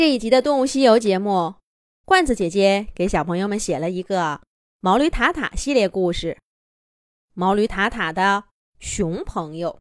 这一集的动物西游节目，罐子姐姐给小朋友们写了一个毛驴塔塔系列故事，毛驴塔塔的熊朋友。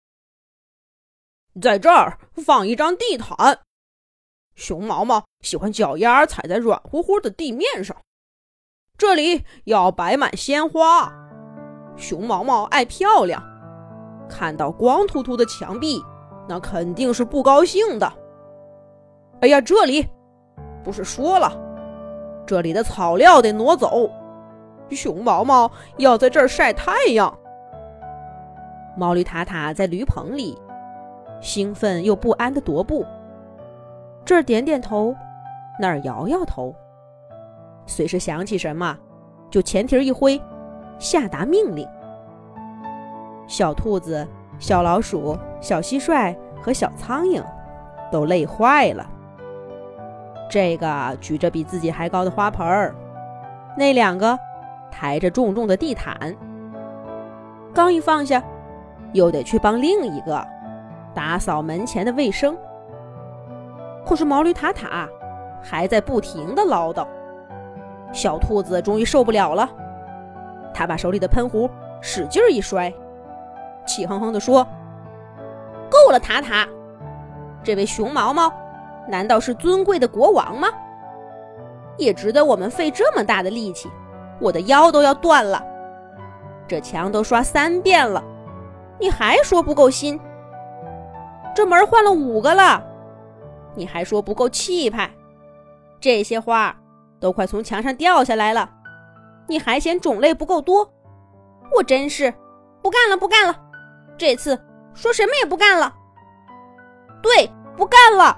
在这儿放一张地毯，熊毛毛喜欢脚丫踩在软乎乎的地面上，这里要摆满鲜花。熊毛毛爱漂亮，看到光秃秃的墙壁，那肯定是不高兴的。哎呀，这里不是说了，这里的草料得挪走，熊毛毛要在这儿晒太阳。 毛驴塔塔在驴棚里兴奋又不安地踱步，这儿点点头，那儿摇摇头，随时想起什么就前蹄一挥，下达命令。小兔子、小老鼠、小蟋蟀和小苍蝇都累坏了，这个举着比自己还高的花盆儿，那两个抬着重重的地毯，刚一放下又得去帮另一个打扫门前的卫生。可是毛驴塔塔还在不停地唠叨。小兔子终于受不了了，他把手里的喷壶使劲一摔，气哼哼地说：够了，塔塔，这位熊毛毛难道是尊贵的国王吗？也值得我们费这么大的力气，我的腰都要断了。这墙都刷3遍了，你还说不够新？这门换了5个了，你还说不够气派？这些花都快从墙上掉下来了，你还嫌种类不够多？我真是不干了，不干了！这次说什么也不干了。对，不干了！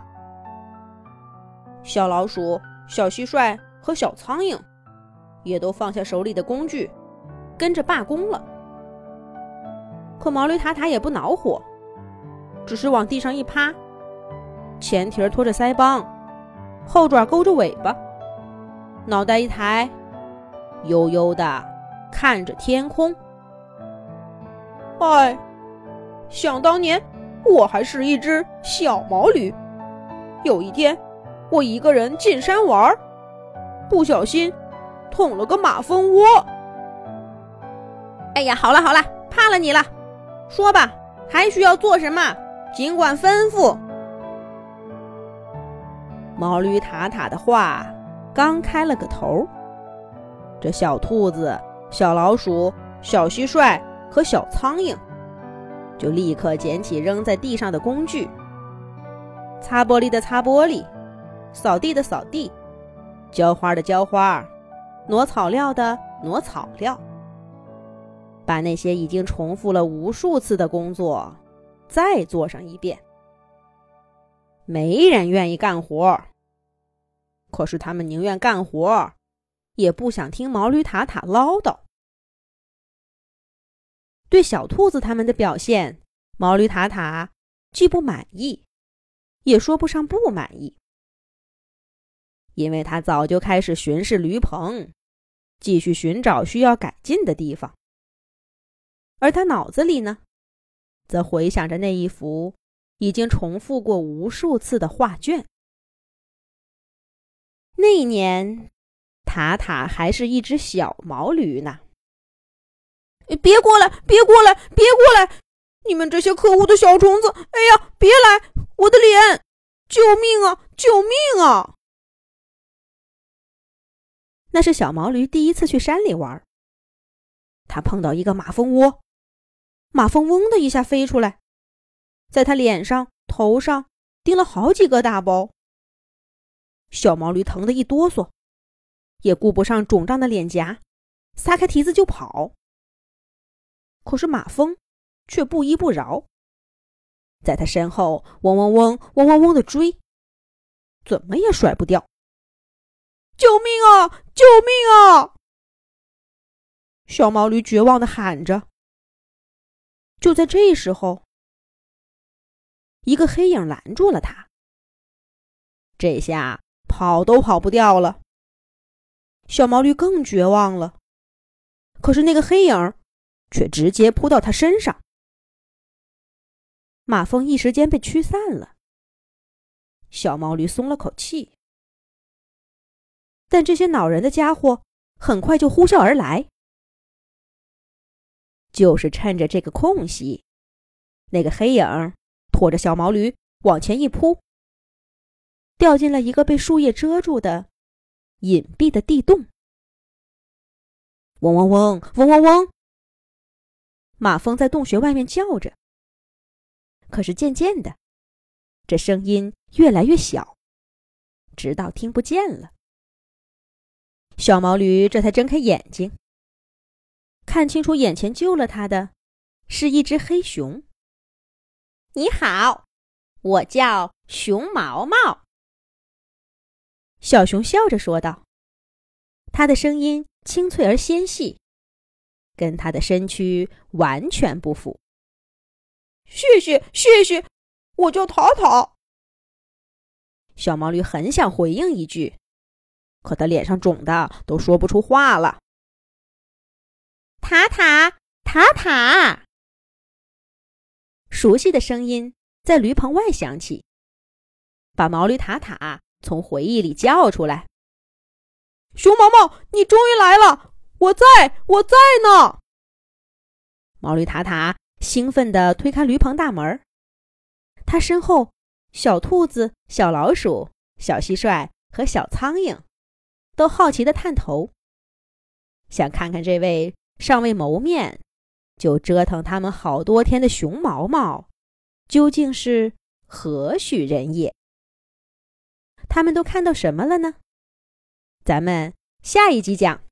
小老鼠、小蟋蟀和小苍蝇也都放下手里的工具，跟着罢工了。可毛驴塔塔也不恼火，只是往地上一趴，前蹄拖着腮帮，后爪勾着尾巴，脑袋一抬，悠悠地看着天空。 哎，想当年我还是一只小毛驴，有一天我一个人进山玩，不小心捅了个马蜂窝。 哎呀，好了好了，怕了你了，说吧，还需要做什么？尽管吩咐。毛驴塔塔的话刚开了个头，这小兔子、小老鼠、小蟋蟀和小苍蝇就立刻捡起扔在地上的工具，擦玻璃的擦玻璃，扫地的扫地，浇花的浇花，挪草料的挪草料，把那些已经重复了无数次的工作再做上一遍。没人愿意干活，可是他们宁愿干活，也不想听毛驴塔塔唠叨。对小兔子他们的表现，毛驴塔塔既不满意，也说不上不满意，因为他早就开始巡视驴棚，继续寻找需要改进的地方。而他脑子里呢，则回想着那一幅已经重复过无数次的画卷。那一年，塔塔还是一只小毛驴呢。 别过来，别过来，别过来！你们这些可恶的小虫子！哎呀，别来！我的脸！救命啊！救命啊！ 那是小毛驴第一次去山里玩，他碰到一个马蜂窝，马蜂嗡的一下飞出来，在他脸上、头上叮了好几个大包。小毛驴疼得一哆嗦，也顾不上肿胀的脸颊，撒开蹄子就跑。可是马蜂却不依不饶，在他身后嗡嗡嗡嗡嗡嗡地追，怎么也甩不掉。 救命啊！救命啊！ 小毛驴绝望地喊着。就在这时候，一个黑影拦住了他，这下跑都跑不掉了。小毛驴更绝望了，可是那个黑影却直接扑到他身上。马蜂一时间被驱散了， 小毛驴松了口气。但这些恼人的家伙很快就呼啸而来。就是趁着这个空隙，那个黑影拖着小毛驴往前一扑，掉进了一个被树叶遮住的隐蔽的地洞。嗡嗡嗡，嗡嗡嗡，马蜂在洞穴外面叫着。可是渐渐的，这声音越来越小，直到听不见了。小毛驴这才睁开眼睛，看清楚眼前救了它的是一只黑熊。 你好，我叫熊毛毛。 小熊笑着说道，它的声音清脆而纤细，跟它的身躯完全不符。 谢谢谢谢，我叫塔塔。 小毛驴很想回应一句，可他脸上肿的都说不出话了。 塔塔塔塔， 熟悉的声音在驴棚外响起，把毛驴塔塔从回忆里叫出来。 熊毛毛，你终于来了，我在呢。 毛驴塔塔兴奋地推开驴棚大门，他身后小兔子、小老鼠、小蟋蟀和小苍蝇都好奇地探头，想看看这位尚未谋面就折腾他们好多天的熊毛毛究竟是何许人也。他们都看到什么了呢？咱们下一集讲。